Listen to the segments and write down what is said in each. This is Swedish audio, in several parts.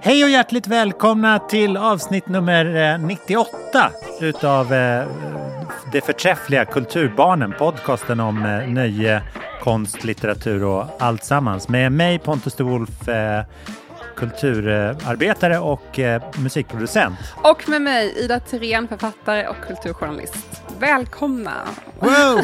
Hej och hjärtligt välkomna till avsnitt nummer 98 utav det förträffliga Kulturbarnen, podcasten om nöje, konst, litteratur och allt sammans. Med mig Pontus de Wolf, kulturarbetare och musikproducent. Och med mig Ida Thyrén, författare och kulturjournalist. Välkomna! Wow!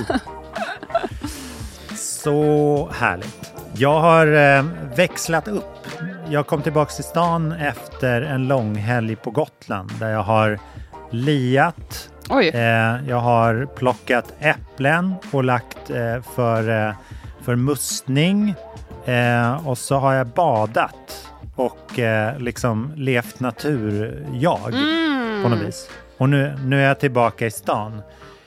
Så härligt. Jag har växlat upp. Jag kom tillbaka till stan efter en lång helg på Gotland där jag har liat. Jag har plockat äpplen och lagt för mustning. Och så har jag badat och liksom levt natur-jag på något vis. Och nu är jag tillbaka i stan.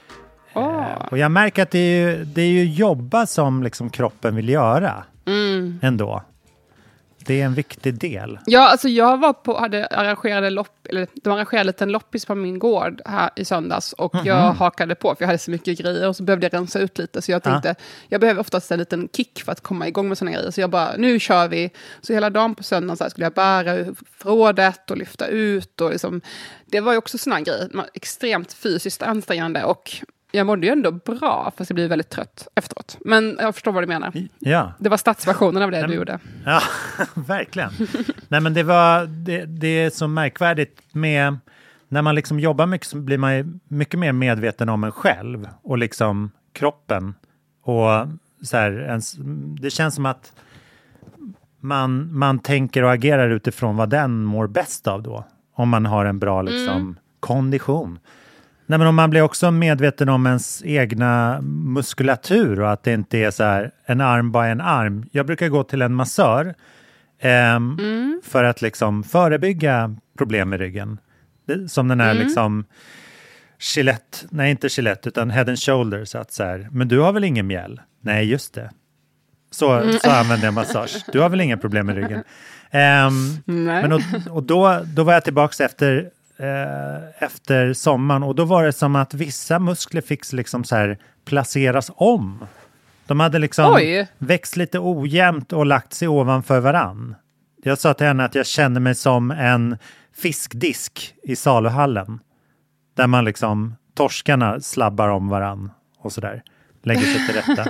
Och jag märker att det är ju jobba som liksom kroppen vill göra ändå. Det är en viktig del. Ja, alltså jag de arrangerade en loppis på min gård här i söndags och jag hakade på för jag hade så mycket grejer och så behövde jag rensa ut lite så jag tänkte, jag behöver oftast en liten kick för att komma igång med såna grejer så jag bara, nu kör vi. Så hela dagen på söndagen så här skulle jag bära förrådet och lyfta ut och liksom, det var ju också såna grejer, extremt fysiskt ansträngande och jag mådde ju ändå bra, fast jag blev väldigt trött efteråt. Men jag förstår vad du menar. Ja. Det var stadsversionen av det du gjorde. Ja, verkligen. Nej, men det är så märkvärdigt med... När man liksom jobbar mycket så blir man ju mycket mer medveten om en själv. Och liksom kroppen. Och så här, det känns som att man tänker och agerar utifrån vad den mår bäst av då. Om man har en bra liksom, kondition. Nej, men om man blir också medveten om ens egna muskulatur och att det inte är så här en arm bara en arm. Jag brukar gå till en massör för att liksom förebygga problem med ryggen. Som den här liksom Gillette, nej inte Gillette utan Head and Shoulders. Att så här, men du har väl ingen mjäll? Nej, just det. Så använder jag massage. Du har väl inga problem med ryggen? Men och då var jag tillbaka efter sommaren och då var det som att vissa muskler fick liksom så här placeras om. De hade liksom växt lite ojämnt och lagt sig ovanför varann. Jag sa till henne att jag kände mig som en fiskdisk i saluhallen. Där man liksom, torskarna slabbar om varann och sådär. Lägger sig till rätta.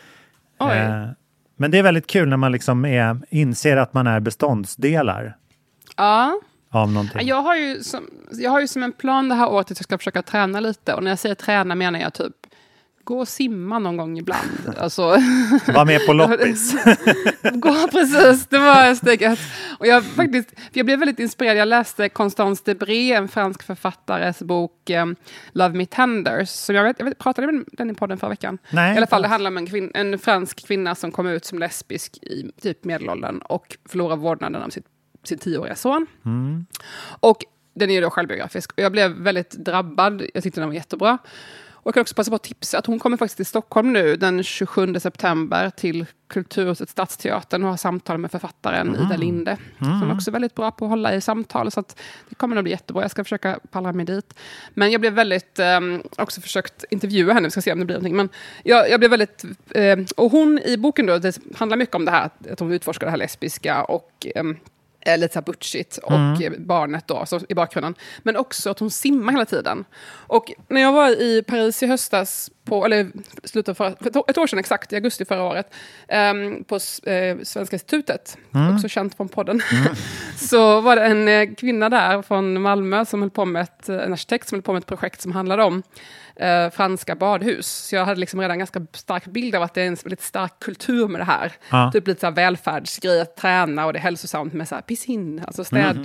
Men det är väldigt kul när man liksom inser att man är beståndsdelar. Ja. Av någonting. Jag har ju som en plan det här året att jag ska försöka träna lite. Och när jag säger träna menar jag typ gå och simma någon gång ibland. Alltså, var med på loppis. Precis, det var steget. Och jag blev väldigt inspirerad. Jag läste Constance Debré, en fransk författares bok Love Me Tender. Så jag pratade med den i podden förra veckan. Nej, i alla fall, det handlar om en fransk kvinna som kom ut som lesbisk i typ medelåldern och förlorade vårdnaden av sin 10-åriga son. Och den är ju då självbiografisk. Och jag blev väldigt drabbad. Jag tyckte den var jättebra. Och jag kan också passa på att tipsa att hon kommer faktiskt till Stockholm nu den 27 september till Kulturhuset Stadsteatern och har samtal med författaren Ida Linde. Som är också väldigt bra på att hålla i samtal. Så att det kommer nog bli jättebra. Jag ska försöka pallra mig dit. Men jag blev väldigt... också försökt intervjua henne. Vi ska se om det blir någonting. Men jag blev väldigt... och hon i boken då, det handlar mycket om det här. Att hon utforskar det här lesbiska och... lite så här butchigt och barnet då så i bakgrunden. Men också att hon simmar hela tiden. Och när jag var i Paris i höstas slutet för ett år sedan exakt, i augusti förra året på Svenska institutet, också känt från podden, så var det en kvinna där från Malmö som höll på med en arkitekt som höll på med ett projekt som handlade om franska badhus. Så jag hade liksom redan en ganska stark bild av att det är en väldigt stark kultur med det här. Typ lite så här välfärdsgrej att träna och det är hälsosamt med så här piscin, alltså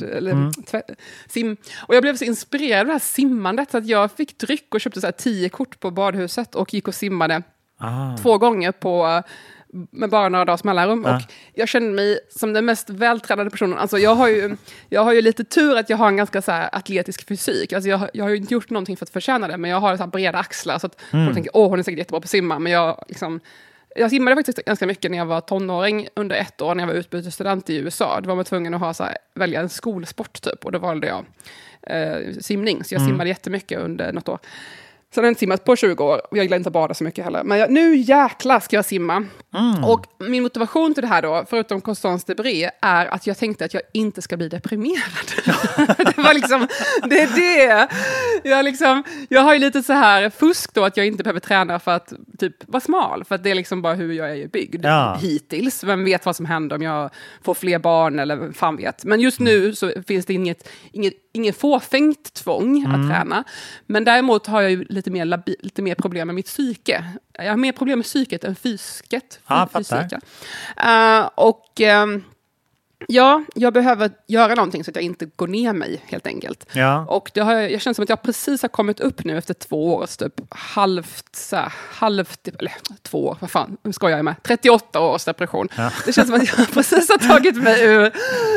sim. Och jag blev så inspirerad av det här simmandet så att jag fick dryck och köpte så här 10 kort på badhuset och gick och simmade 2 gånger med bara några dagars mellanrum. Och jag kände mig som den mest vältränade personen. Alltså jag har ju lite tur att jag har en ganska så här atletisk fysik. Alltså jag har ju inte gjort någonting för att förtjäna det, men jag har så här breda axlar så att folk tänker, hon är säkert jättebra på att simma. Men jag simmade faktiskt ganska mycket när jag var tonåring under 1 år när jag var utbytesstudent i USA. Då var man tvungen att välja en skolsport typ och då valde jag simning. Så jag simmade jättemycket under något år. Så jag har inte simmat på 20 år. Jag gillar inte att bada så mycket heller. Men nu jäklar ska jag simma. Och min motivation till det här då, förutom Constance de Bré, är att jag tänkte att jag inte ska bli deprimerad. Det var liksom, det är det. Jag har ju lite så här fusk då, att jag inte behöver träna för att typ vara smal. För att det är liksom bara hur jag är byggd hittills. Vem vet vad som händer om jag får fler barn eller fan vet. Men just nu så finns det inget fåfängt tvång att träna. Men däremot har jag ju lite mer problem med mitt psyke. Jag har mer problem med psyket än fysiskt. Ja, jag behöver göra någonting så att jag inte går ner mig, helt enkelt. Ja. Och jag känner som att jag precis har kommit upp nu efter 2 år, typ eller 2 år, vad fan, nu ska jag med, 38 års depression. Ja. Det känns som att jag precis har tagit mig ur...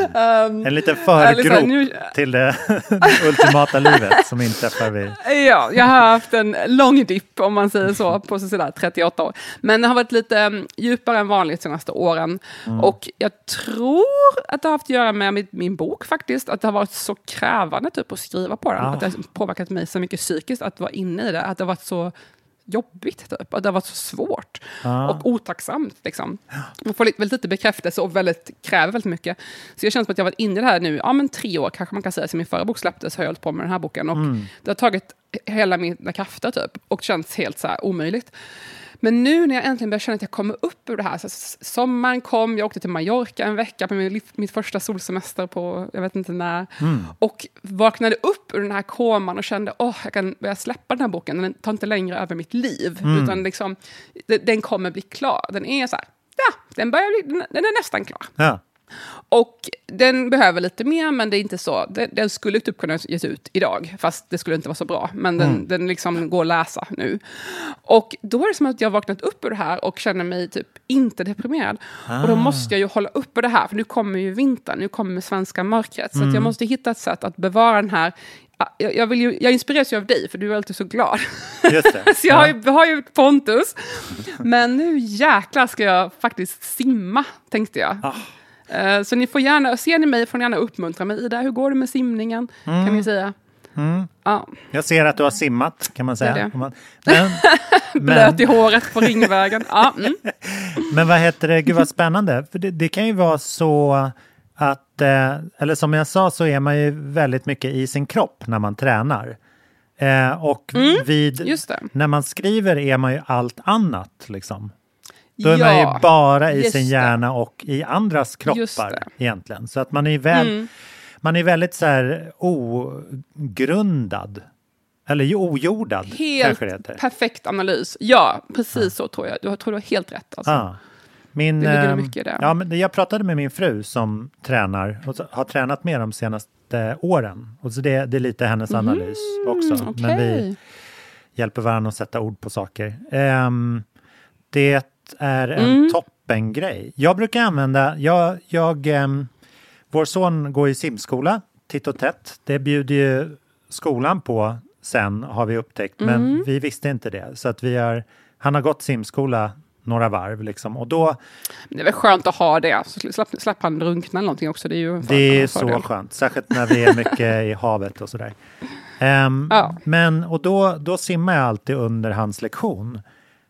en liten förgrop till det ultimata livet som inträffar vid... Ja, jag har haft en lång dipp, om man säger så, på sådär 38 år. Men det har varit lite djupare än vanligt de senaste åren. Och jag tror att det har haft att göra med min bok faktiskt, att det har varit så krävande typ att skriva på den, att det har påverkat mig så mycket psykiskt att vara inne i det, att det har varit så jobbigt typ, att det har varit så svårt och otacksamt liksom. Man får väldigt lite bekräftelse och kräver väldigt mycket. Så jag känner som att jag har varit inne i det här nu, 3 år kanske man kan säga, som min förra bok släpptes har jag hållit på med den här boken och det har tagit hela mina krafter typ och känns helt så här omöjligt. Men nu när jag äntligen börjar känna att jag kommer upp ur det här, så sommaren kom, jag åkte till Mallorca en vecka på mitt första solsemester på, jag vet inte när, och vaknade upp ur den här koman och kände, jag kan börja släppa den här boken, den tar inte längre över mitt liv, utan liksom, den kommer bli klar. Den är så här, den är nästan klar. Ja. Och den behöver lite mer, men det är inte så. Den skulle typ kunna ges ut idag, fast det skulle inte vara så bra. Men den liksom går att läsa nu. Och då är det som att jag har vaknat upp ur det här och känner mig typ inte deprimerad. Och då måste jag ju hålla uppe det här, för nu kommer ju vintern, nu kommer svenska mörkret. Så att jag måste hitta ett sätt att bevara den här. Jag inspireras ju av dig, för du är alltid så glad. Just det. Så jag har ju Pontus. Men nu jäklar ska jag faktiskt simma, tänkte jag. Så ni får gärna, ser ni mig får ni gärna uppmuntra mig i det. Hur går det med simningen, kan ni säga? Ja. Jag ser att du har simmat, kan man säga. Blöt i håret på Ringvägen. Men vad heter det? Gud vad spännande. För det kan ju vara så att, eller som jag sa, så är man ju väldigt mycket i sin kropp när man tränar. Och när man skriver är man ju allt annat liksom. Då är man ju bara i sin hjärna och i andras kroppar egentligen. Så att man är väldigt så här ogrundad. Eller ojordad. Helt perfekt analys. Ja, precis så tror jag. Jag tror du har helt rätt. Alltså. Det ligger mycket i det. Ja, men jag pratade med min fru som tränar och har tränat med de senaste åren. Och så det är lite hennes analys också. Okay. Men vi hjälper varandra att sätta ord på saker. Det är en toppengrej. Jag brukar använda, vår son går i simskola titt och tätt. Det bjuder ju skolan på sen, har vi upptäckt. Men vi visste inte det. Så att han har gått simskola några varv liksom. Och då... Det är väl skönt att ha det. Så släpp han drunkna eller någonting också. Det är så skönt. Särskilt när vi är mycket i havet och sådär. Men, och då simmar jag alltid under hans lektion.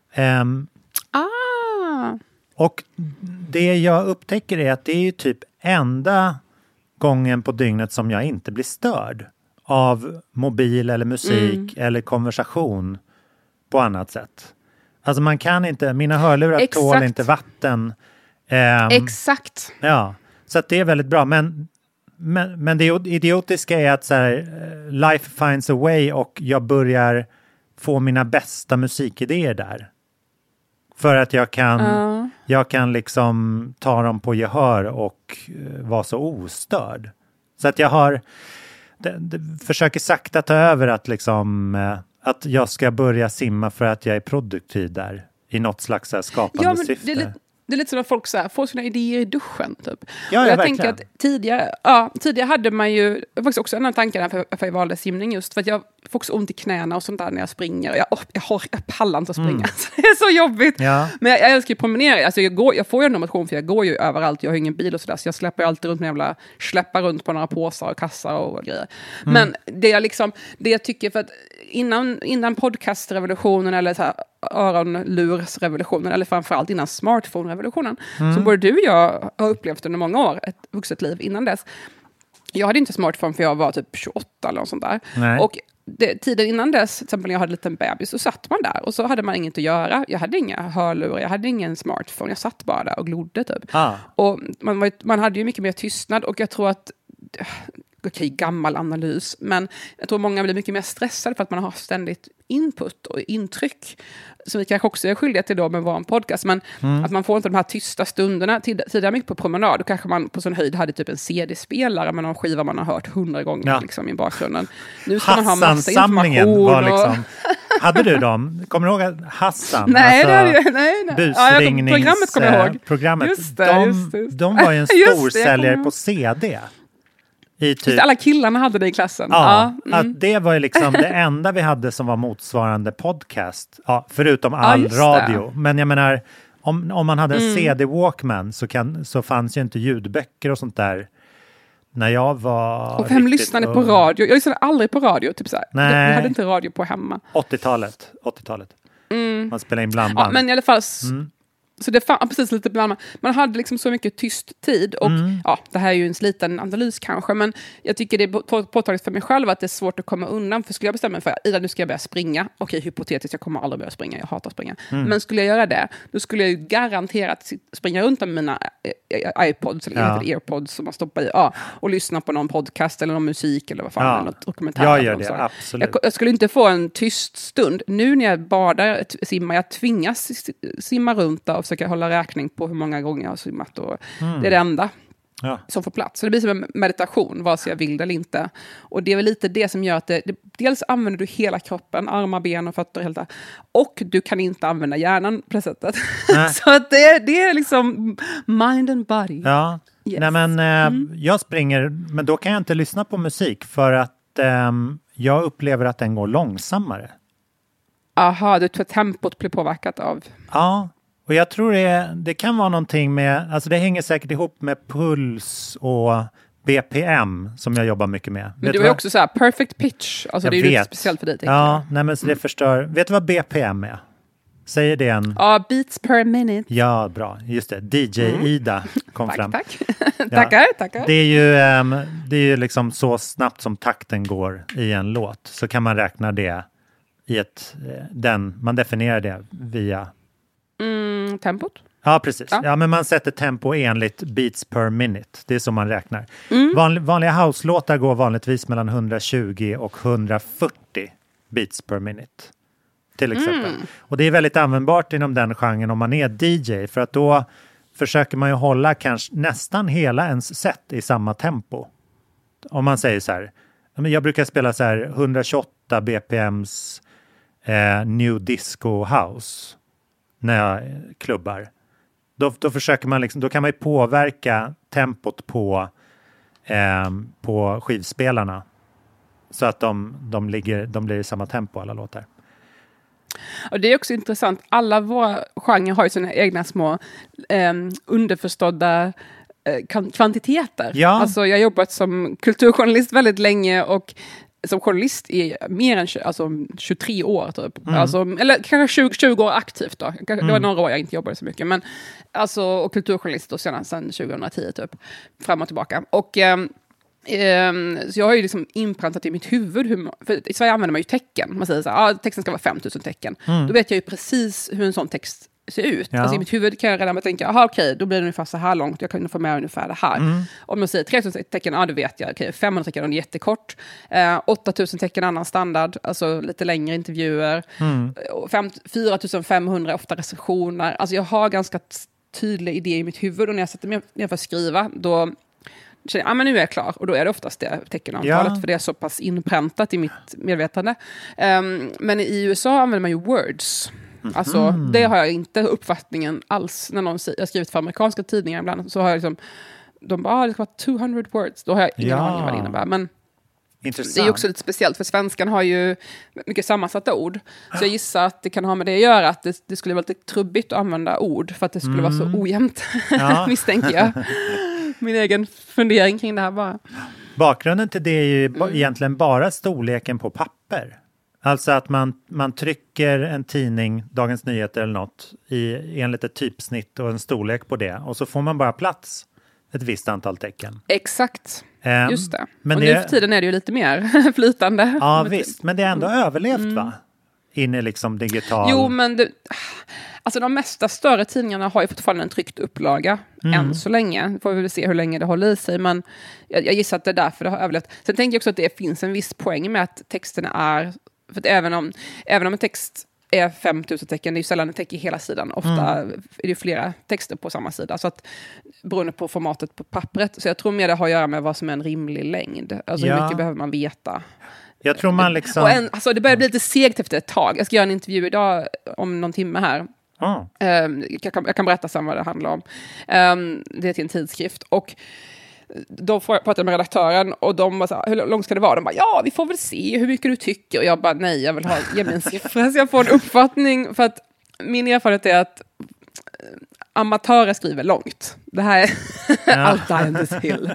Och det jag upptäcker är att det är ju typ enda gången på dygnet som jag inte blir störd av mobil eller musik eller konversation på annat sätt. Alltså man kan inte, mina hörlurar tål inte vatten. Exakt. Ja, så att det är väldigt bra. Men det idiotiska är att så här, life finds a way och jag börjar få mina bästa musikidéer där. För att jag kan liksom ta dem på gehör och vara så ostörd. Så att jag försöker sakta ta över att liksom att jag ska börja simma för att jag är produktiv där i något slags skapande syfte. Det är lite som när folk så här, får sina idéer i duschen. Typ. Ja, och jag verkligen. tänker att tidigare hade man ju, faktiskt också en annan tanke för jag valde simning just, för att jag får också ont i knäna och sånt där när jag springer. Jag pallar inte att springa, så det är så jobbigt. Ja. Men jag älskar ju promenera, alltså jag får ju en motion för jag går ju överallt, jag har ingen bil och sådär, så jag släpper alltid runt med släppa runt på några påsar och kassar och grejer. Men det jag tycker, för att innan podcastrevolutionen eller så här öronlursrevolutionen, eller framförallt innan smartphone-revolutionen, som både du och jag har upplevt under många år, ett vuxet liv innan dess. Jag hade inte smartphone för jag var typ 28 eller något sånt där. Nej. Och tiden innan dess, till exempel när jag hade en liten bebis, så satt man där och så hade man inget att göra. Jag hade inga hörlurar, jag hade ingen smartphone, jag satt bara där och glodde typ. Och man hade ju mycket mer tystnad, och jag tror att gammal analys, men jag tror många blir mycket mer stressade för att man har ständigt input och intryck, som vi kanske också är skyldiga till då med vår podcast, men att man får inte de här tysta stunderna. Tidigare mycket på promenad, då kanske man på sån höjd hade typ en CD-spelare med någon skiva man har hört 100 gånger liksom, i bakgrunden. Nu ska man ha massa information. Var liksom, hade du dem? Kommer du ihåg att Hassan? Nej, alltså, nej. Busringnings, programmet kommer jag ihåg. Programmet, just det. de var ju en storsäljare på CD. Typ, alla killarna hade det i klassen. Att det var ju liksom det enda vi hade som var motsvarande podcast. Ja, förutom all radio. Men jag menar, om man hade en CD-Walkman så fanns ju inte ljudböcker och sånt där när jag var... Och vem lyssnade på radio? Jag lyssnade aldrig på radio. Typ så här. Nej. Jag hade inte radio på hemma. 80-talet. Man spelade in blandband. Ja, men i alla fall... Så det fanns precis lite bland man hade liksom så mycket tyst tid, och det här är ju en sliten analys kanske, men jag tycker det är påtagligt för mig själv att det är svårt att komma undan, för skulle jag bestämma mig för Ida, nu ska jag börja springa, okej, hypotetiskt, jag kommer aldrig börja springa, jag hatar att springa, men skulle jag göra det, då skulle jag ju garanterat springa runt med mina iPods eller AirPods som man stoppar i, och lyssna på någon podcast eller någon musik eller vad fan, eller något dokumentär. Jag gör det, absolut. Jag skulle inte få en tyst stund. Nu när jag badar, simmar, jag tvingas simma runt och försöka hålla räkning på hur många gånger jag har simmat, och det är det enda som får plats. Så det blir som en meditation, vare sig jag vill det eller inte. Och det är väl lite det som gör att dels använder du hela kroppen, armar, ben och fötter, helt där, och du kan inte använda hjärnan på det sättet. Så att det är liksom mind and body. Ja, yes. Nej, men jag springer, men då kan jag inte lyssna på musik för att jag upplever att den går långsammare. Aha, du tror att tempot blir påverkat av... Ja, och jag tror det kan vara någonting med, alltså det hänger säkert ihop med puls och BPM som jag jobbar mycket med. Men du är också så här perfect pitch, alltså det är ju lite speciellt för dig. Ja, nej, men så det förstör. Vet du vad BPM är? Säger det en... Ja, beats per minute. Ja, bra. Just det. DJ Ida kom fram. Tack. Ja. Tackar. Det är ju liksom så snabbt som takten går i en låt, så kan man räkna det i man definierar det via tempot. Ja, precis. Ja, men man sätter tempo enligt beats per minute. Det är så man räknar. Vanliga house-låtar går vanligtvis mellan 120 och 140 beats per minute. Till exempel. Och det är väldigt användbart inom den genren om man är DJ. För att då försöker man ju hålla kanske nästan hela ens set i samma tempo. Om man säger så här. Jag brukar spela så här 128 BPMs new disco house när jag klubbar. Då försöker man liksom, då kan man ju påverka tempot på skivspelarna så att de blir i samma tempo alla låtar. Och det är också intressant. Alla våra genrer har ju sina egna små underförstådda kvantiteter. Ja. Alltså jag har jobbat som kulturjournalist väldigt länge, och som journalist i mer än 23 år typ. Alltså, eller kanske 20 år aktivt då. Det var några år jag inte jobbade så mycket, men alltså, och kulturjournalist då sedan 2010 typ, fram och tillbaka. Och så jag har ju liksom inprantat i mitt huvud för i Sverige använder man ju tecken. Man säger så här, texten ska vara 5000 tecken. Då vet jag ju precis hur en sån text ser ut. Ja. Alltså i mitt huvud kan jag redan tänka, okej, då blir det ungefär så här långt. Jag kan få med ungefär det här. Om jag säger 3000 tecken, då vet jag. Okay, 500 tecken är jättekort. 8000 tecken annan standard. Alltså lite längre intervjuer. 4500 ofta recensioner. Alltså jag har ganska tydlig idé i mitt huvud. Och när jag sätter mig ner för att skriva, då känner jag, men nu är jag klar. Och då är det oftast det teckenantalet. För det är så pass inpräntat i mitt medvetande. Men i USA använder man ju words. Alltså, det har jag inte uppfattningen alls. När någon jag har skrivit för amerikanska tidningar ibland, så har jag liksom, de bara, det ska vara 200 words. Då har jag ingen aning vad det innebär. Men det är också lite speciellt, för svenskan har ju mycket sammansatta ord. Så jag gissar att det kan ha med det att göra, att det skulle vara lite trubbigt att använda ord, för att det skulle vara så ojämnt, misstänker jag. Min egen fundering kring det här bara. Bakgrunden till det är ju egentligen bara storleken på papper. Alltså att man trycker en tidning, Dagens Nyheter eller något, enligt ett typsnitt och en storlek på det. Och så får man bara plats ett visst antal tecken. Exakt, just det. Men och nu för tiden är det ju lite mer flytande. Ja visst, men det är ändå överlevt va? In i liksom digital... Jo, men alltså de mesta större tidningarna har ju fortfarande en tryckt upplaga än så länge. Får vi väl se hur länge det håller i sig, men jag gissar att det är därför det har överlevt. Sen tänker jag också att det finns en viss poäng med att texterna är... För att även om en text är 5000 tecken, det är ju sällan en täcker hela sidan. Ofta är det ju flera texter på samma sida. Så att, beroende på formatet på pappret. Så jag tror mer det har att göra med vad som är en rimlig längd. Alltså hur mycket behöver man veta. Jag tror man liksom... Alltså det börjar bli lite segt efter ett tag. Jag ska göra en intervju idag om någon timme här. Jag kan berätta sen vad det handlar om. Det är till en tidskrift. Och då pratade jag med redaktören och de bara så här, hur långt ska det vara? De bara, ja, vi får väl se hur mycket du tycker. Och jag bara, nej, jag vill ge mig en siffra så jag får en uppfattning. För att min erfarenhet är att amatörer skriver långt. Det här är I'll die on this hill.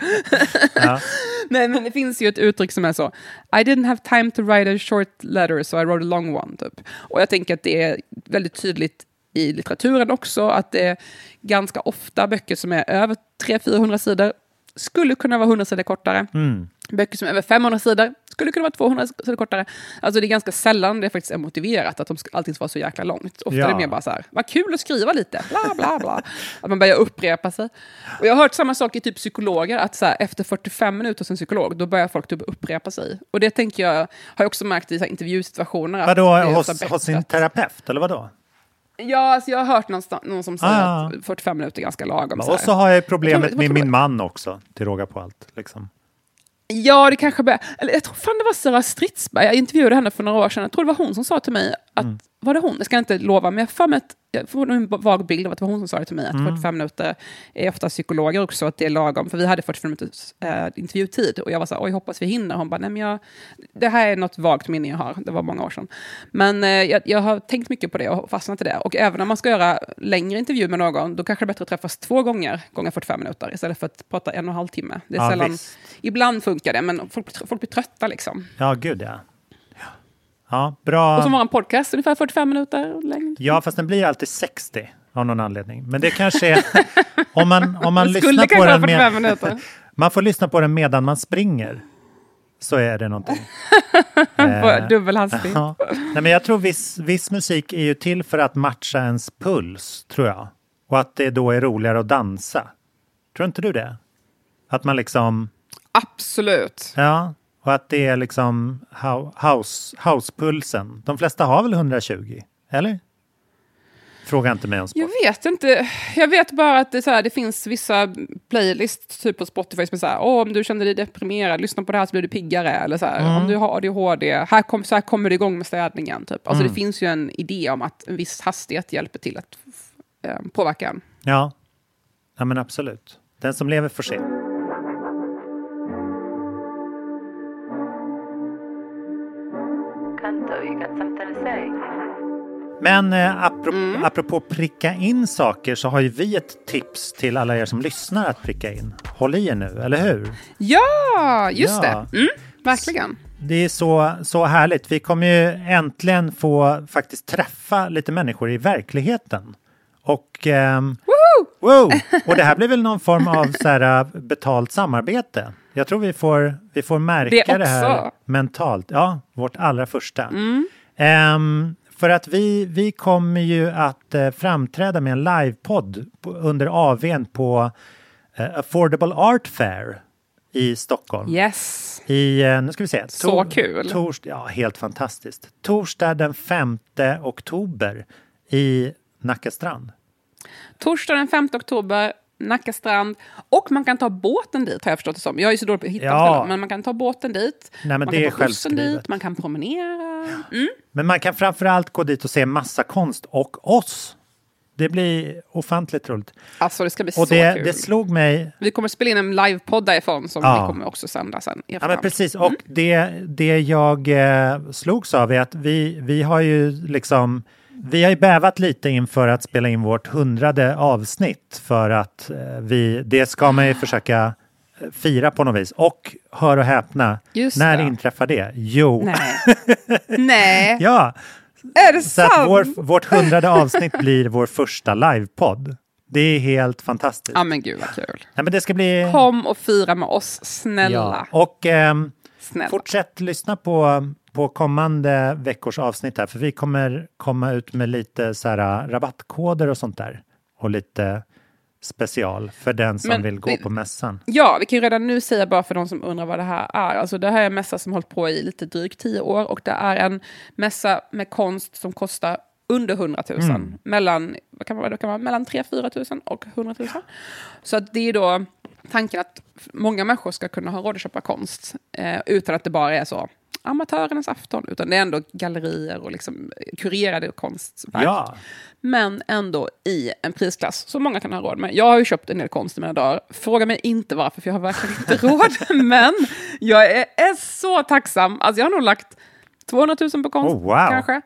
Nej, men det finns ju ett uttryck som är så, I didn't have time to write a short letter so I wrote a long one. Typ. Och jag tänker att det är väldigt tydligt i litteraturen också, att det är ganska ofta böcker som är över 300-400 sidor skulle kunna vara 100 sidor kortare. Böcker som är över 500 sidor skulle kunna vara 200 sidor kortare. Alltså det är ganska sällan det faktiskt är motiverat att allting ska vara så jäkla långt. Ofta är det mer bara så här, vad kul att skriva lite, bla bla bla. Att man börjar upprepa sig. Och jag har hört samma sak i typ psykologer, att så här, efter 45 minuter som psykolog, då börjar folk typ upprepa sig. Och det tänker jag, har jag också märkt i så här intervjusituationer. Vadå, hos sin terapeut, eller vadå? Ja, alltså jag har hört någon som säger att 45 minuter är ganska lagom. Och så har jag problemet med min man också, till råga på allt. Liksom. Ja, det kanske eller jag tror fan det var Sara Stridsberg. Jag intervjuade henne för några år sedan. Jag tror det var hon som sa till mig att, var det hon? Jag ska inte lova, men jag får en vag bild av att det var hon som sa det till mig, att 45 minuter är ofta psykologer också, att det är lagom. För vi hade 45 minuters intervjutid och jag var så här, oj, hoppas vi hinner. Hon bara, nej men det här är något vagt minne jag har. Det var många år sedan. Men jag har tänkt mycket på det och fastnat i det. Och även om man ska göra längre intervju med någon, då kanske det är bättre att träffas 2 gånger 45 minuter istället för att prata 1,5 timme. Det är sällan, ibland funkar det, men folk blir trötta liksom. Ja, gud ja. Ja, bra. Och som var en podcast, ungefär 45 minuter längre. Ja, fast den blir alltid 60 av någon anledning. Men det kanske är... Om man lyssnar på den 45 minuter. Man får lyssna på den medan man springer. Så är det någonting. Dubbelhastighet. Ja. Nej, men jag tror viss musik är ju till för att matcha ens puls, tror jag. Och att det då är roligare att dansa. Tror inte du det? Att man liksom... Absolut. Ja, och att det är liksom housepulsen. De flesta har väl 120, eller? Fråga inte mig om sport. Jag vet inte. Jag vet bara att det finns vissa playlists typ på Spotify som är så här, om du känner dig deprimerad, lyssna på det här så blir du piggare. Eller så här, om du har ADHD, så här kommer du igång med städningen. Typ. Alltså det finns ju en idé om att en viss hastighet hjälper till att påverka en. Ja, men absolut. Den som lever får se. Men apropå pricka in saker, så har ju vi ett tips till alla er som lyssnar att pricka in. Håll i er nu, eller hur? Ja, just det. Verkligen. Det är så härligt. Vi kommer ju äntligen få faktiskt träffa lite människor i verkligheten. Och, wow! Och det här blir väl någon form av så här, betalt samarbete. Jag tror vi får märka det här mentalt. Ja, vårt allra första. För att vi kommer ju att framträda med en livepodd under AW:n på Affordable Art Fair i Stockholm. Yes. Nu ska vi se. Så kul. Ja, helt fantastiskt. Torsdag den 5 oktober i Nackastrand. Torsdag den 5 oktober, Nackastrand. Och man kan ta båten dit, har jag förstått det som. Jag är så dålig på att hitta ställen, men man kan ta båten dit. Nej, men man det kan är ta bussen självskrivet. dit, man kan promenera. Men man kan framförallt gå dit och se massa konst och oss. Det blir ofantligt roligt. Alltså det ska bli och så kul. Det slog mig... Vi kommer spela in en livepodd därifrån som vi kommer också sända sen. Ja, men precis. Och det jag slogs av är att vi har ju liksom... Vi har ju bävat lite inför att spela in vårt 100:e avsnitt för att det ska man ju försöka fira på något vis. Och hör och häpna, när inträffar det? Jo. Nej. Ja. Är det så att vårt 100:e avsnitt blir vår första livepodd. Det är helt fantastiskt. Ja men gud vad kul. Ja, men det ska bli... Kom och fira med oss, snälla. Ja. Och fortsätt lyssna på kommande veckors avsnitt här. För vi kommer komma ut med lite så här rabattkoder och sånt där. Och lite special för den som vill gå på mässan. Ja, vi kan ju redan nu säga bara för de som undrar vad det här är. Alltså det här är en mässa som hållit på i lite drygt 10 år. Och det är en mässa med konst som kostar under 100 000. Mellan 3-4 000 och 100 000. Så att det är då tanken att många människor ska kunna ha råd att köpa konst. Utan att det bara är så amatörernas afton, utan det är ändå gallerier och liksom kurerade konstverk. Ja. Men ändå i en prisklass som många kan ha råd med. Jag har ju köpt en del konst i mina dagar. Fråga mig inte varför, för jag har verkligen inte råd. Men jag är så tacksam. Alltså jag har nog lagt 200 000 på konst, kanske.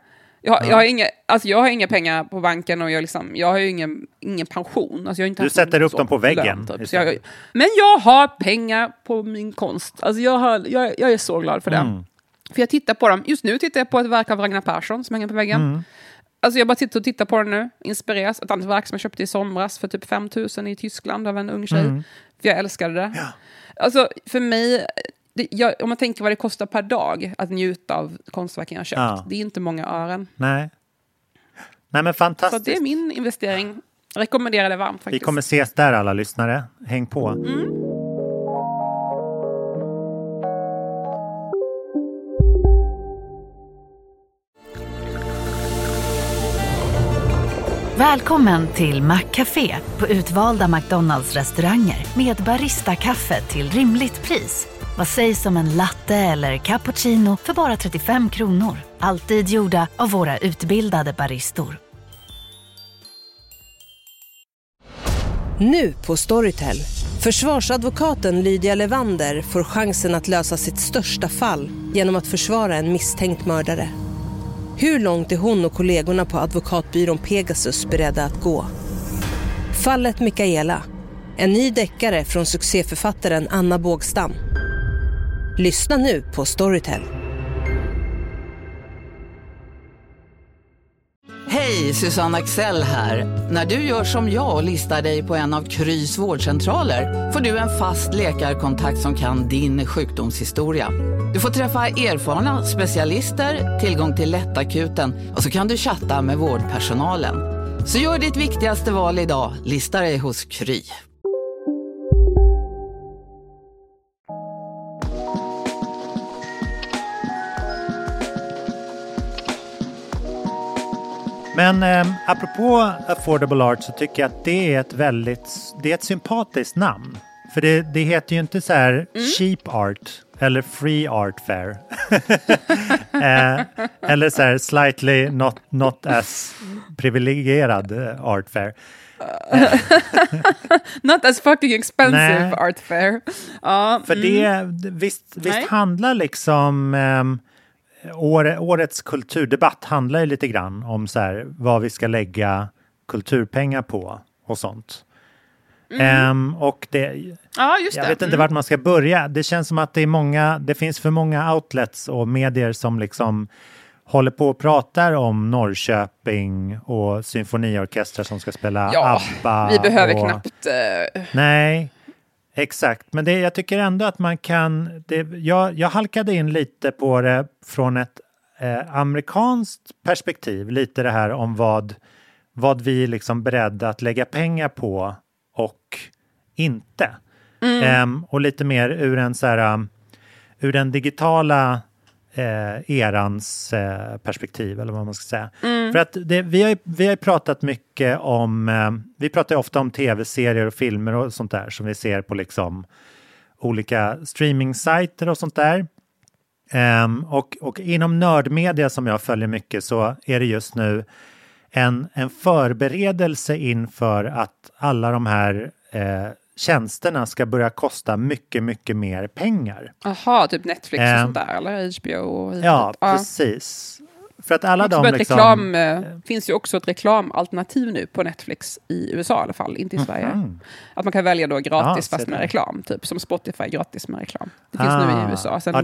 Jag har inga pengar på banken och jag har ju ingen pension. Alltså jag har inte du sätter upp dem på väggen. Lön, typ. Men jag har pengar på min konst. Alltså jag är så glad för det. För jag tittar på dem. Just nu tittar jag på ett verk av Ragnar Persson som hänger på väggen. Alltså jag bara tittar på den nu. Inspireras. Ett annat verk som jag köpte i somras för typ 5 000 i Tyskland av en ung tjej. För jag älskade det. Ja. Alltså för mig... om man tänker vad det kostar per dag att njuta av konstverken jag har köpt. Det är inte många ören. Nej, men fantastiskt. Så det är min investering. Jag rekommenderar det varmt faktiskt. Vi kommer ses där alla lyssnare. Häng på. Välkommen till Maccafé på utvalda McDonalds-restauranger med Barista-kaffe till rimligt pris. Vad sägs om en latte eller cappuccino för bara 35 kronor? Alltid gjorda av våra utbildade baristor. Nu på Storytel. Försvarsadvokaten Lydia Levander får chansen att lösa sitt största fall genom att försvara en misstänkt mördare. Hur långt är hon och kollegorna på advokatbyrån Pegasus beredda att gå? Fallet Mikaela. En ny deckare från succéförfattaren Anna Bågstam. Lyssna nu på Storytel. Hej, Susanne Axel här. När du gör som jag och listar dig på en av Krys vårdcentraler får du en fast läkarkontakt som kan din sjukdomshistoria. Du får träffa erfarna specialister, tillgång till lättakuten och så kan du chatta med vårdpersonalen. Så gör ditt viktigaste val idag, lista dig hos Kry. Men apropå affordable art så tycker jag att det är ett sympatiskt namn. För det heter ju inte så här cheap art eller free art fair. Eller så här slightly not as privilegierad art fair. Not as fucking expensive art fair. För det visst handlar liksom... Årets kulturdebatt handlar ju lite grann om så här, vad vi ska lägga kulturpengar på och sånt. Och jag vet inte vart man ska börja. Det känns som att det finns för många outlets och medier som liksom håller på och pratar om Norrköping och symfoniorkestrar som ska spela ABBA. Vi behöver knappt... Nej, exakt. Men jag tycker ändå att man kan... Jag halkade in lite på det från ett amerikanskt perspektiv. Lite det här om vad vi är liksom beredda att lägga pengar på och inte. Och lite mer ur den digitala erans perspektiv, eller vad man ska säga. För att vi har pratat mycket om, vi pratar ofta om tv-serier och filmer och sånt där som vi ser på liksom olika streaming-sajter och sånt där. Och inom nördmedia som jag följer mycket så är det just nu en förberedelse inför att alla de här tjänsterna ska börja kosta mycket, mycket mer pengar. Aha, typ Netflix och sånt där, eller HBO? Och ja, precis. För att alla de liksom... finns ju också ett reklamalternativ nu på Netflix i USA i alla fall, inte i Sverige. Att man kan välja då gratis fast med reklam, typ som Spotify gratis med reklam. Det finns nu i USA. Sen,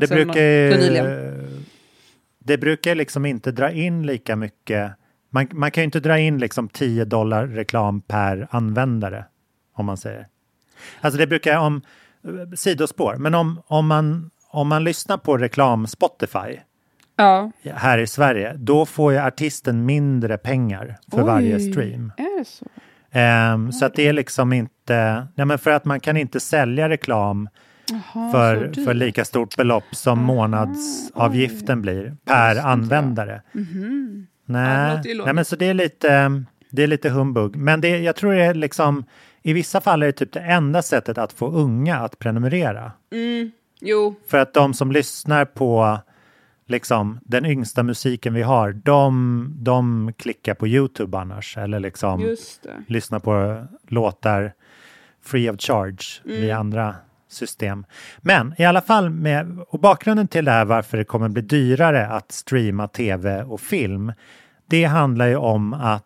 det brukar liksom inte dra in lika mycket. Man kan ju inte dra in liksom $10 reklam per användare, om man säger. Alltså det brukar sidospår, men om man lyssnar på reklam Spotify här i Sverige, då får ju artisten mindre pengar för varje stream. Är det så? Så att det är liksom inte... Nej, men för att man kan inte sälja reklam för lika stort belopp som månadsavgiften blir per användare. Nej, men så det är lite humbug. Men jag tror det är liksom... I vissa fall är det typ det enda sättet att få unga att prenumerera. Jo. För att de som lyssnar på liksom den yngsta musiken vi har, de klickar på YouTube annars. Eller liksom lyssnar på låtar free of charge via andra system. Men i alla fall och bakgrunden till det här varför det kommer bli dyrare att streama tv och film, det handlar ju om att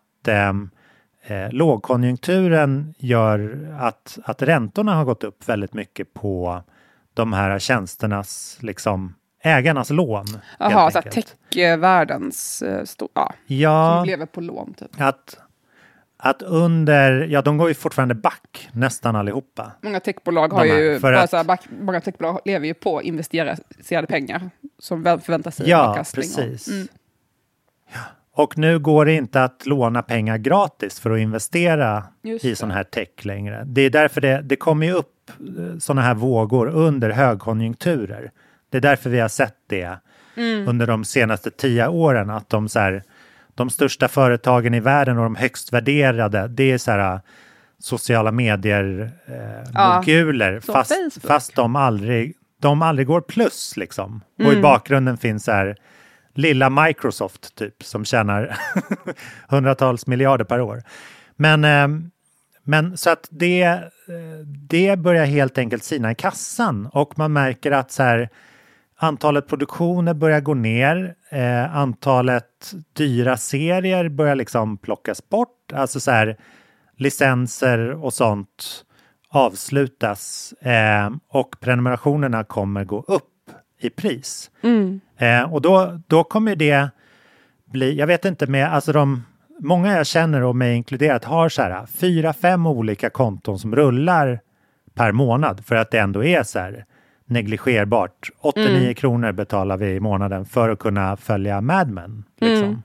lågkonjunkturen gör att räntorna har gått upp väldigt mycket på de här tjänsternas liksom ägarnas lån. Jaha, så att techvärldens som lever på lån typ. Att de går ju fortfarande back nästan allihopa. Många techbolag har ju många techbolag lever ju på investerade pengar som förväntar sig avkastning. Precis. Och nu går det inte att låna pengar gratis för att investera i sån här tech längre. Det är därför det kommer ju upp såna här vågor under högkonjunkturer. Det är därför vi har sett det under de senaste 10 åren. Att de största företagen i världen och de högst värderade, det är så här sociala medier moguler. Fast de aldrig går plus liksom. Och i bakgrunden finns så här lilla Microsoft typ som tjänar hundratals miljarder per år. Men så att det börjar helt enkelt sina i kassan och man märker att så här, antalet produktioner börjar gå ner, antalet dyra serier börjar liksom plockas bort, alltså så här licenser och sånt avslutas och prenumerationerna kommer gå upp i pris. Och då kommer det bli, jag vet inte med, alltså många jag känner och mig inkluderat har så här 4-5 olika konton som rullar per månad för att det ändå är så här negligerbart. 89 kronor betalar vi i månaden för att kunna följa Mad Men. Liksom.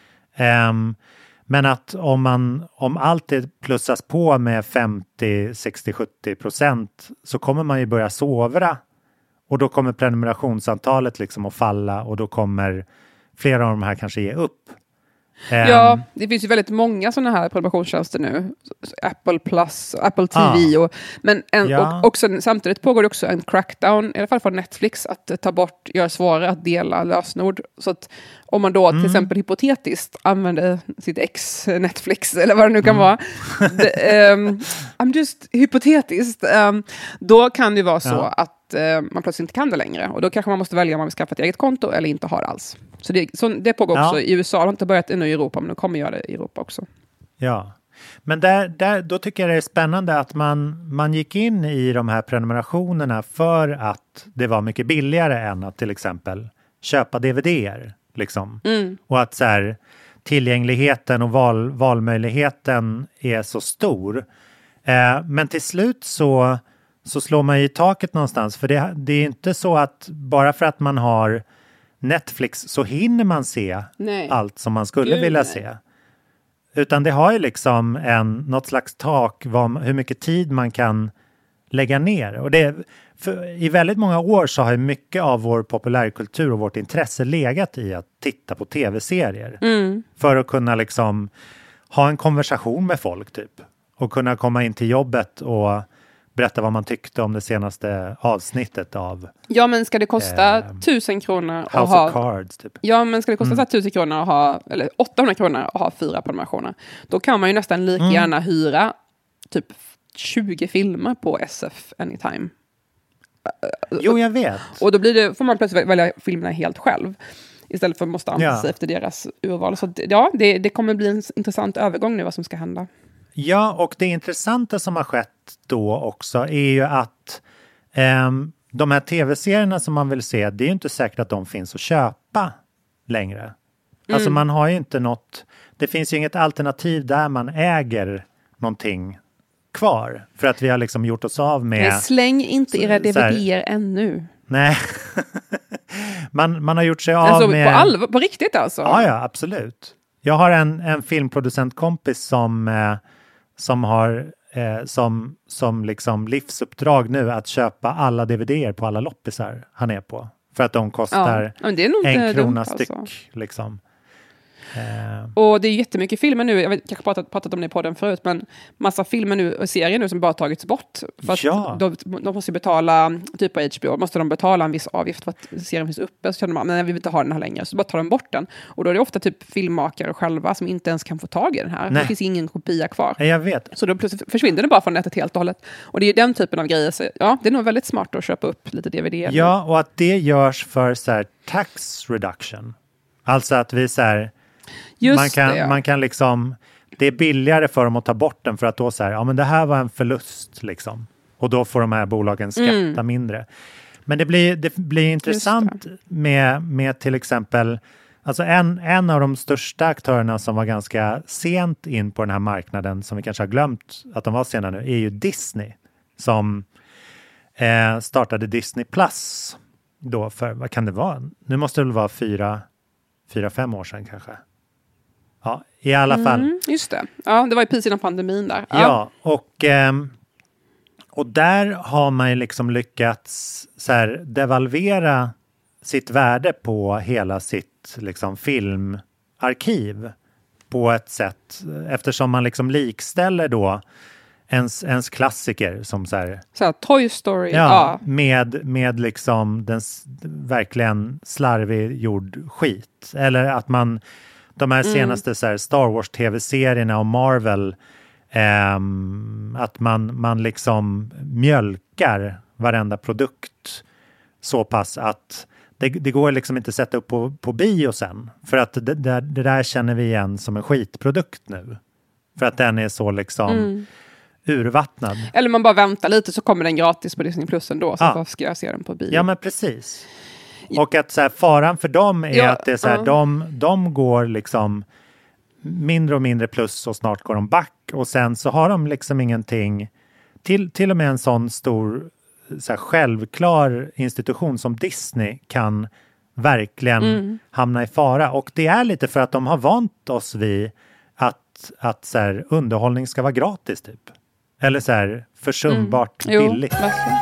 Men att om allt det plussas på med 50, 60, 70% så kommer man ju börja sovra. Och då kommer prenumerationsantalet liksom att falla och då kommer flera av de här kanske ge upp. Ja, det finns ju väldigt många sådana här prenumerationstjänster nu. Apple Plus, Apple TV. Och också, samtidigt pågår det också en crackdown, i alla fall från Netflix, att göra svårare att dela lösenord. Så att om man då till exempel hypotetiskt använder sitt ex Netflix, eller vad det nu kan vara. I'm just hypotetiskt. Då kan det vara så att man plötsligt inte kan det längre. Och då kanske man måste välja om man vill skaffa ett eget konto eller inte har alls. Så det pågår också i USA. Det har inte börjat ännu i Europa, men det kommer göra det i Europa också. Ja, men då tycker jag det är spännande att man gick in i de här prenumerationerna för att det var mycket billigare än att till exempel köpa DVD-er. Liksom. Och att så här, tillgängligheten och valmöjligheten är så stor. Men till slut så slår man i taket någonstans. För det är inte så att bara för att man har Netflix så hinner man se allt som man skulle vilja se. Utan det har ju liksom något slags tak hur mycket tid man kan lägga ner. Och i väldigt många år så har ju mycket av vår populärkultur och vårt intresse legat i att titta på tv-serier. För att kunna liksom ha en konversation med folk typ. Och kunna komma in till jobbet och berätta vad man tyckte om det senaste avsnittet av Ja, men ska det kosta 1000 kronor att House ha... of Cards typ. Ja, men ska det kosta 1000 kronor att ha, eller 800 kronor att ha 4 prenumerationer, då kan man ju nästan lika gärna hyra typ 20 filmer på SF Anytime. Jo, jag vet. Och då får man plötsligt välja filmerna helt själv. Istället för att måste anpassa sig efter deras urval. Så ja, det kommer bli en intressant övergång nu vad som ska hända. Ja, och det intressanta som har skett då också är ju att de här tv-serierna som man vill se, det är ju inte säkert att de finns att köpa längre. Alltså man har ju inte något, det finns ju inget alternativ där man äger någonting kvar. För att vi har liksom gjort oss av med... Men släng inte era DVD:er ännu. Nej. man har gjort sig av med... På riktigt alltså? Ja, absolut. Jag har en filmproducentkompis som har som liksom livsuppdrag nu att köpa alla DVD:er på alla loppisar han är på. För att de kostar det är nog 1 krona dumt, styck. alltså. Liksom. Och det är jättemycket filmer nu, jag vet, kanske pratat om det på den förut, men massa filmer nu och serier nu som bara tagits bort. För att de måste betala, typ på HBO, måste de betala en viss avgift för att serien finns uppe. Så känner man, men vi vill inte ha den här längre, så bara tar de bort den. Och då är det ofta typ filmmakare själva som inte ens kan få tag i den här. Nej. Det finns ingen kopia kvar. Jag vet. Så då plötsligt försvinner den bara från nätet helt och hållet. Och det är den typen av grejer, så ja, det är nog väldigt smart att köpa upp lite DVD. Ja, och att det görs för så här tax reduction. Alltså att vi så här... Man kan liksom, det är billigare för dem att ta bort den för att då säga, ja men det här var en förlust liksom. Och då får de här bolagen skatta mindre. Men det blir intressant med till exempel, alltså en av de största aktörerna som var ganska sent in på den här marknaden, som vi kanske har glömt att de var sena nu, är ju Disney. Som startade Disney Plus då för, vad kan det vara? Nu måste det väl vara 4-5 år sedan kanske. Ja, i alla fall. Just det. Ja, det var ju precis innan pandemin där. Ja, och där har man ju liksom lyckats så här, devalvera sitt värde på hela sitt liksom filmarkiv på ett sätt, eftersom man liksom likställer då ens klassiker som så här Toy Story. Ja. Med liksom den verkligen slarvig gjord skit. Eller att man de här senaste så här, Star Wars tv-serierna och Marvel, att man liksom mjölkar varenda produkt så pass att det går liksom inte att sätta upp på bio sen. För att det där känner vi igen som en skitprodukt nu. För att den är så liksom urvattnad. Eller man bara väntar lite så kommer den gratis på Disney Plus ändå. Så varför ska jag se den på bio? Ja, men precis. Och att så här, faran för dem är att det är så här, de går liksom mindre och mindre plus och snart går de back. Och sen så har de liksom ingenting, till och med en sån stor så här, självklar institution som Disney kan verkligen hamna i fara. Och det är lite för att de har vant oss vid att så här, underhållning ska vara gratis typ. Eller så här försumbart billigt.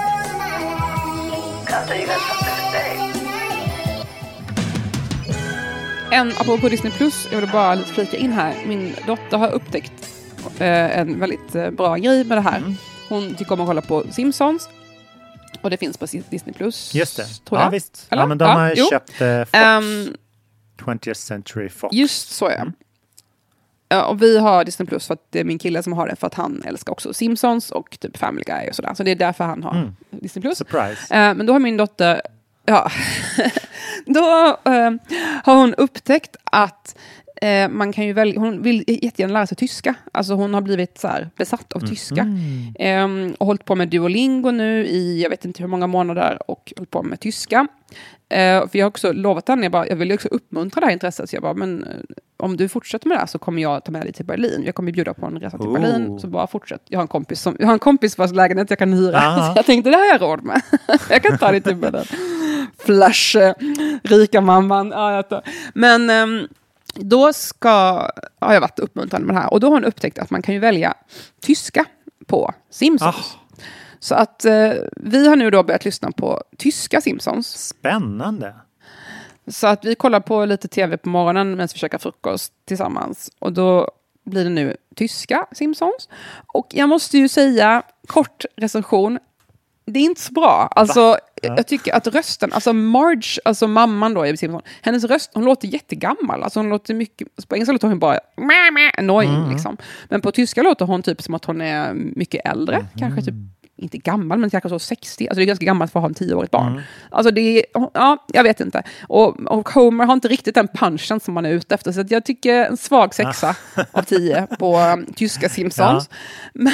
Apropå Disney Plus, jag vill bara lite flika in här. Min dotter har upptäckt en väldigt bra grej med det här. Hon tycker om att kolla på Simpsons. Och det finns på Disney Plus. Just det. Tror jag. Ja, visst. Ja, men de har köpt Fox. 20th Century Fox. Just så, ja. Och vi har Disney Plus för att det är min kille som har det, för att han älskar också Simpsons och typ Family Guy och sådär. Så det är därför han har Disney Plus. Surprise. Men då har min dotter... Ja, då har hon upptäckt att man kan ju välja, hon vill jättegärna lära sig tyska. Alltså hon har blivit så här besatt av tyska. Och hållit på med Duolingo nu i, jag vet inte hur många månader, och hållit på med tyska. För jag har också lovat henne, jag vill också uppmuntra det här intresset. Så jag bara, men om du fortsätter med det här så kommer jag ta med dig till Berlin. Jag kommer bjuda på en resa till Berlin, så bara fortsätt. Jag har en kompis vars lägenhet jag kan hyra. Så jag tänkte, det här har jag råd med. Jag kan ta dig till Berlin. Flash, rika mamman. Men då har jag varit uppmuntrande med det här. Och då har hon upptäckt att man kan ju välja tyska på Simpsons. Så att vi har nu då börjat lyssna på tyska Simpsons. Spännande. Så att vi kollar på lite tv på morgonen medan vi käkar frukost tillsammans. Och då blir det nu tyska Simpsons. Och jag måste ju säga, kort recension, det är inte så bra. Alltså, jag tycker att rösten, alltså Marge, alltså mamman då i Simpsons, hennes röst, hon låter jättegammal. Alltså hon låter mycket, på engelska låter hon bara annoying liksom. Men på tyska låter hon typ som att hon är mycket äldre, kanske typ inte gammal, men kanske så 60. Alltså det är ganska gammalt för att ha en 10-årigt barn. Alltså det är, ja, jag vet inte. Och Homer har inte riktigt den punchen som man är ute efter. Så att jag tycker en svag 6 av 10 på tyska Simpsons. Ja.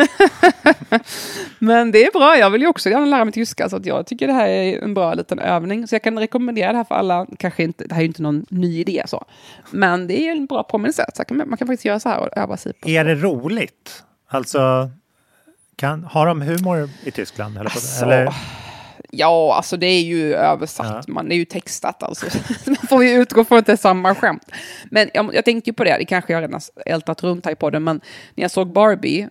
Men det är bra, jag vill ju också gärna lära mig tyska. Så att jag tycker det här är en bra liten övning. Så jag kan rekommendera det här för alla. Kanske inte, det här är ju inte någon ny idé så. Men det är en bra påminnelse. Så man kan faktiskt göra så här och öva sig på. Är det roligt? Alltså... har de humor i Tyskland? Eller? Ja, alltså det är ju översatt. Det är ju textat. Alltså. Man får ju utgå från att det är samma skämt. Men jag tänkte ju på det. Det kanske jag redan ältat runt här på den. Men när jag såg Barbie.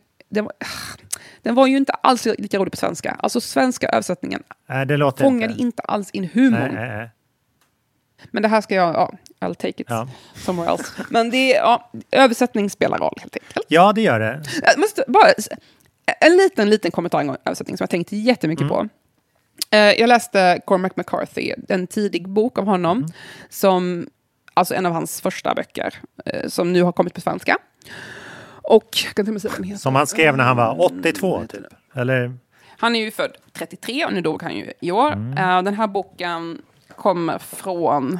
Den var ju inte alls lika rolig på svenska. Alltså svenska översättningen fångade inte alls in humorn. Nej. Men det här ska jag... I'll take it somewhere else. Men det är... översättning spelar roll helt enkelt. Ja, det gör det. Jag måste bara... En liten kommentar om översättning som jag tänkte jättemycket på. Jag läste Cormac McCarthy, en tidig bok av honom, som, alltså en av hans första böcker, som nu har kommit på svenska. Och kan till och med säga den heter, som han skrev när han var 82 typ. Eller? Han är ju född 33 och nu dog han ju i år. Den här boken kommer från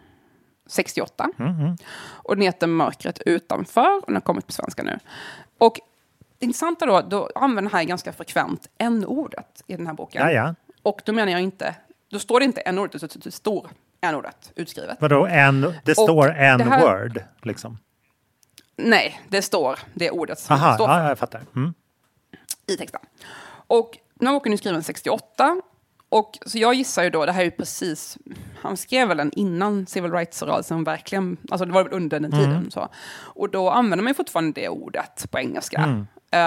68. Och den heter Mörkret utanför och den har kommit på svenska nu. Och intressanta då använder här ganska frekvent n-ordet i den här boken. Ja. Och då menar jag inte, då står det inte n-ordet, utan det står n-ordet utskrivet. Vadå, det står n-word liksom? Nej, det står det ordet som står för. Jag fattar. I texten. Och den här boken är skriven 68. Och så jag gissar ju då, det här är ju precis, han skrev väl den innan Civil Rights-rörelsen verkligen, alltså det var väl under den tiden så. Och då använder man ju fortfarande det ordet på engelska.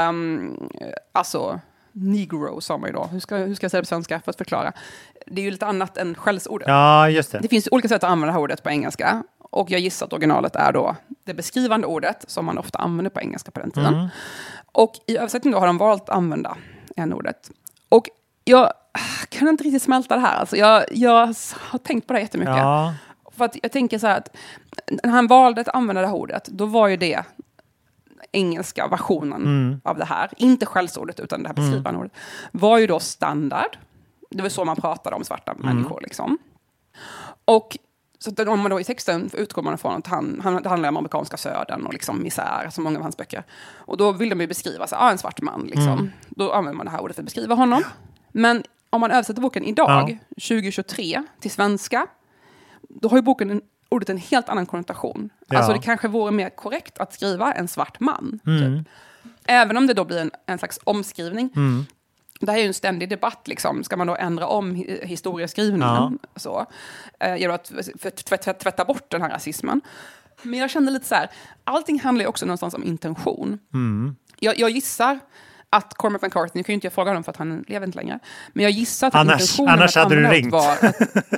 Alltså, negro sa man ju då. Hur ska jag säga det på svenska för att förklara? Det är ju lite annat än skällsordet. Ja, just det. Det finns olika sätt att använda det här ordet på engelska. Och jag gissar att originalet är då det beskrivande ordet som man ofta använder på engelska på den tiden. Och i översättning då har de valt att använda n-ordet. Och jag kan inte riktigt smälta det här. Alltså jag har tänkt på det jättemycket. Ja. För att jag tänker så här att när han valde att använda det här ordet, då var ju det engelska versionen av det här. Inte skällsordet utan det här beskrivande ordet. Var ju då standard. Det var så man pratade om svarta människor liksom. Och så om man då i texten utgår man från att det handlar om amerikanska södern och liksom misär, som många av hans böcker. Och då vill de ju beskriva så, en svart man liksom. Då använder man det här ordet för att beskriva honom. Men om man översätter boken idag, 2023, till svenska, då har ju ordet en helt annan konnotation. Ja. Alltså det kanske vore mer korrekt att skriva en svart man. Typ. Även om det då blir en slags omskrivning. Det här är ju en ständig debatt. Liksom. Ska man då ändra om historieskrivningen? Så, genom att tvätta bort den här rasismen. Men jag kände lite så här, allting handlar ju också någonstans om intention. Jag gissar att Cormac McCarthy, nu kan ju inte jag fråga honom för att han lever inte längre, men jag gissar att intentionen annars hade du ringt. Var att...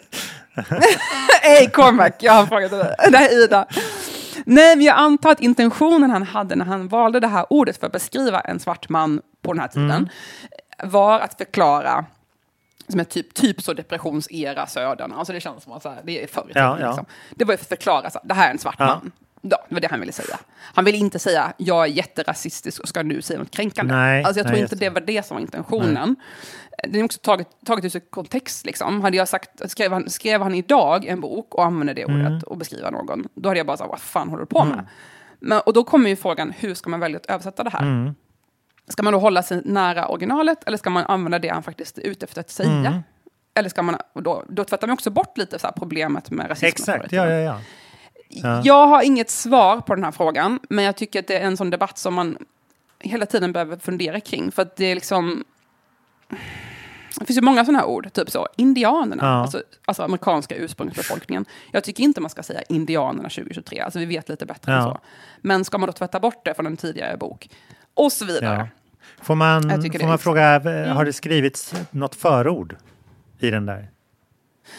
Hej Cormac, jag har frågat dig. Det här är Ida. Nej, men jag antar att intentionen han hade när han valde det här ordet för att beskriva en svart man på den här tiden var att förklara som är typ så depressionsera södern. Alltså det känns som att så här, det är förr i tiden, liksom. Det var för att förklara så här, det här är en svart man. Ja, det var det han ville säga. Han ville inte säga, jag är jätterasistisk och ska nu säga något kränkande. Alltså jag tror inte det var det som var intentionen. Det är också taget ur sin kontext. Liksom. Hade jag sagt, skrev han idag en bok och använde det ordet och beskriva någon, då hade jag bara sagt, vad fan håller du på med? Och då kommer ju frågan, hur ska man välja att översätta det här? Ska man då hålla sig nära originalet eller ska man använda det han faktiskt är ute efter att säga? Eller ska man, då tvättar man också bort lite så här problemet med rasism. Exakt, ja. Jag har inget svar på den här frågan, men jag tycker att det är en sån debatt som man hela tiden behöver fundera kring. För att det är liksom... Det finns ju många sådana här ord, typ så. Indianerna, alltså amerikanska ursprungsbefolkningen. Jag tycker inte man ska säga indianerna 2023. Alltså vi vet lite bättre än så. Men ska man då tvätta bort det från en tidigare bok? Och så vidare. Får man fråga, har det skrivits något förord i den där?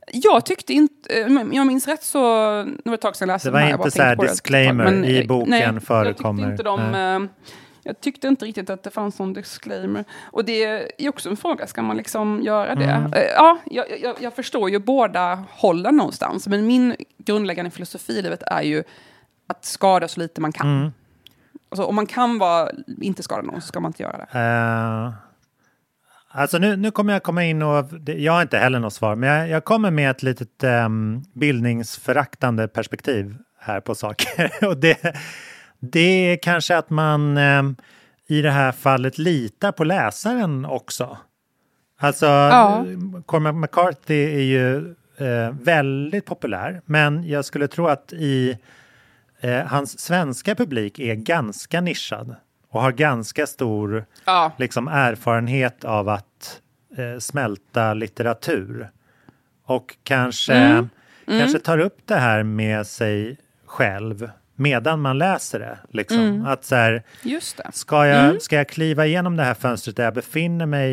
Jag tyckte inte, om jag minns rätt så, nu var det ett tag sedan jag läste det var den här, inte så här disclaimer i boken förekommer. Jag tyckte inte riktigt att det fanns någon disclaimer. Och det är också en fråga, ska man liksom göra det? Jag förstår ju båda hållen någonstans. Men min grundläggande filosofi i livet är ju att skada så lite man kan. Alltså, om man kan inte skada någon så ska man inte göra det. Alltså nu kommer jag komma in och jag har inte heller något svar. Men jag kommer med ett litet bildningsföraktande perspektiv här på saker. Och det är kanske att man i det här fallet litar på läsaren också. Alltså, Cormac McCarthy är ju väldigt populär. Men jag skulle tro att hans svenska publik är ganska nischad. Och har ganska stor liksom, erfarenhet av att smälta litteratur. Och kanske tar upp det här med sig själv medan man läser det. Liksom. Att så här, just det. Ska jag kliva igenom det här fönstret där jag befinner mig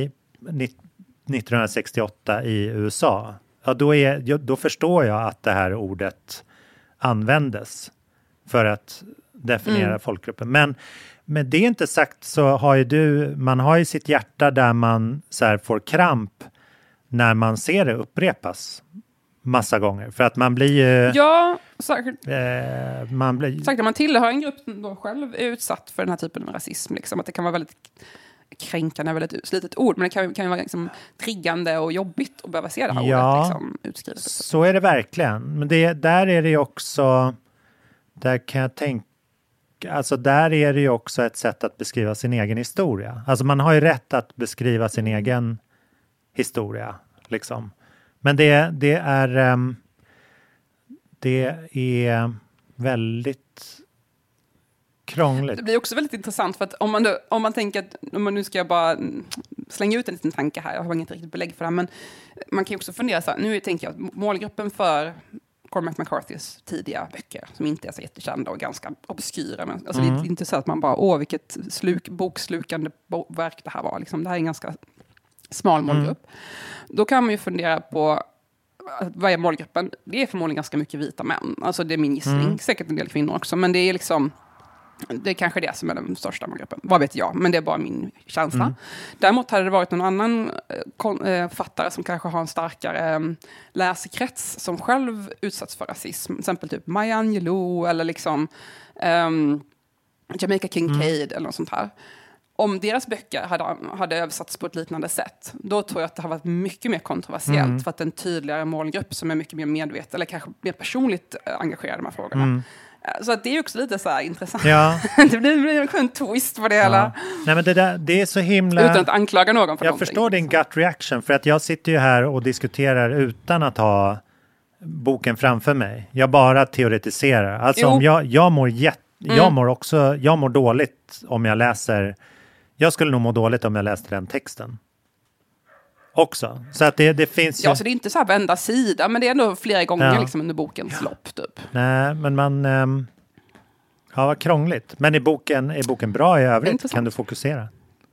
1968 i USA? Ja, då förstår jag att det här ordet användes för att definiera folkgruppen. Men med det inte sagt så har ju man har ju sitt hjärta där man så här får kramp när man ser det upprepas massa gånger. För att man blir ju... Ja, säkert. Säkert när man tillhör en grupp som då själv är utsatt för den här typen av rasism. Liksom, att det kan vara väldigt kränkande, väldigt slitet ord. Men det kan ju vara liksom triggande och jobbigt att behöva se det här ordet liksom, utskrivet. Så är det verkligen. Men där är det ju också... Där kan jag tänka... Alltså där är det ju också ett sätt att beskriva sin egen historia. Alltså man har ju rätt att beskriva sin egen historia. Liksom. Men det är väldigt krångligt. Det blir också väldigt intressant för att om man tänker att nu ska jag bara slänga ut en liten tanke här. Jag har inget riktigt belägg för det här, men man kan ju också fundera så här. Nu tänker jag att målgruppen för Cormac McCarthys tidiga böcker som inte är så jättekända och ganska obskyra. Men alltså det är inte så att man bara, vilket bokslukande verk det här var. Liksom, det här är en ganska smal målgrupp. Då kan man ju fundera på vad är målgruppen? Det är förmodligen ganska mycket vita män. Alltså det är min gissning. Säkert en del kvinnor också. Men det är liksom... Det är kanske det som är den största målgruppen. Vad vet jag, men det är bara min känsla. Däremot hade det varit någon annan författare som kanske har en starkare läsekrets som själv utsatts för rasism. Till exempel typ Maya Angelou eller liksom Jamaica Kincaid eller något sånt här. Om deras böcker hade översatts på ett liknande sätt, då tror jag att det har varit mycket mer kontroversiellt för att en tydligare målgrupp som är mycket mer medveten eller kanske mer personligt engagerad i de här frågorna. Så att det är också lite så här intressant. Ja. Det blir en skön twist på det hela. Nej, men det är så himla... Utan att anklaga någon för jag någonting. Förstår din gut reaction, för att jag sitter ju här och diskuterar utan att ha boken framför mig. Jag bara teoretiserar. Alltså om jag mår dåligt om jag läser... Jag skulle nog må dåligt om jag läste den texten. Också. Så att det finns ju... Ja, så det är inte så här vända sida, men det är ändå flera gånger liksom under bokens lopp typ. Nej, men man... Ja, vad krångligt. Men är boken bra i övrigt? Kan du fokusera?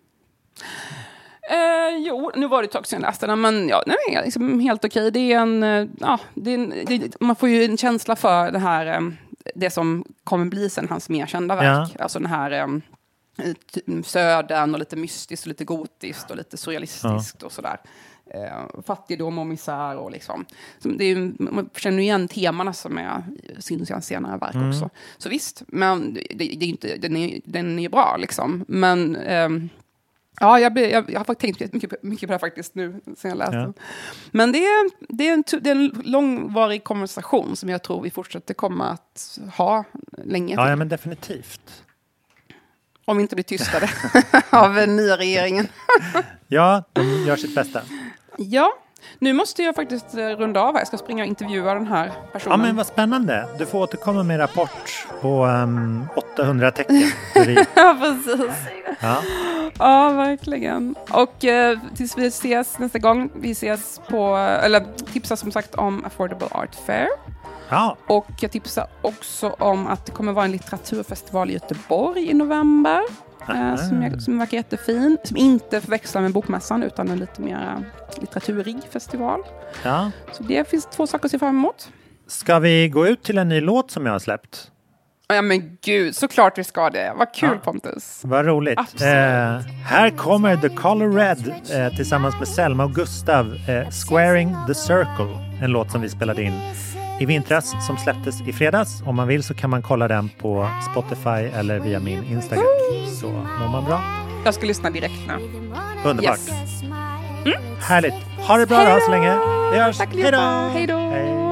Jo, nu var det ett tag sedan jag läste den, men ja, den är liksom helt okej. Det är man får ju en känsla för det här, det som kommer bli sen hans mer kända verk. Ja. Alltså den här... södern och lite mystiskt och lite gotiskt och lite surrealistiskt och sådär. Fattigdom och misär och liksom. Man känner igen temana som syns i hans senare verk också. Så visst, men det är inte, den är bra liksom. Men ja, jag har faktiskt tänkt mycket på det faktiskt nu sen jag läste den. Men det är en långvarig konversation som jag tror vi fortsätter komma att ha länge. Ja, men definitivt. Om vi inte blir tystade av den nya regeringen. Ja, de gör sitt bästa. Ja, nu måste jag faktiskt runda av här. Jag ska springa och intervjua den här personen. Ja, men vad spännande. Du får återkomma med rapport på 800 tecken. Ja, precis. Ja, verkligen. Och tills vi ses nästa gång. Vi ses tipsar som sagt om Affordable Art Fair. Ja. Och jag tipsar också om att det kommer vara en litteraturfestival i Göteborg i november. som verkar jättefin. Som inte förväxlar med Bokmässan utan en lite mer litteraturig festival. Ja. Så det finns 2 saker att se fram emot. Ska vi gå ut till en ny låt som jag har släppt? Ja men gud, såklart vi ska det. Vad kul Pontus. Vad roligt. Här kommer The Color Red tillsammans med Selma och Gustav. Squaring the Circle. En låt som vi spelade in i vintras som släpptes i fredags. Om man vill så kan man kolla den på Spotify eller via min Instagram. Så mår man bra. Jag ska lyssna direkt nu. Underbart. Yes. Härligt. Ha det bra då så länge. Vi hörs. Tack Hej då. Hej då.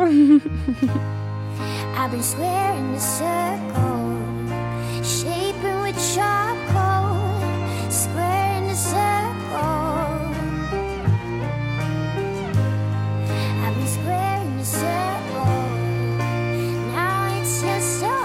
I've been squaring the circle, shaping with charcoal, squaring the circle. I've been squaring the circle, now it's just so.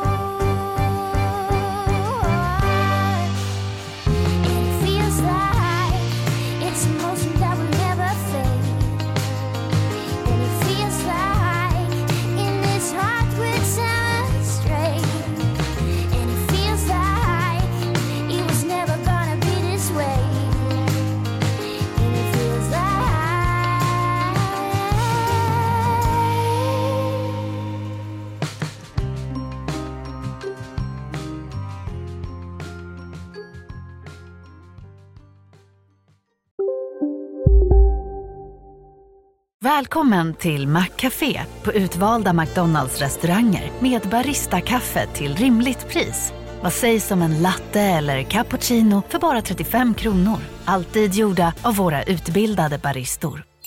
And it feels like it's a motion that will never fade. And it feels like in this heart we're sound straight. And it feels like it was never gonna be this way. And it feels like Välkommen till Maccafé på utvalda McDonalds-restauranger med Barista-kaffe till rimligt pris. Vad sägs om en latte eller cappuccino för bara 35 kronor? Alltid gjorda av våra utbildade baristor.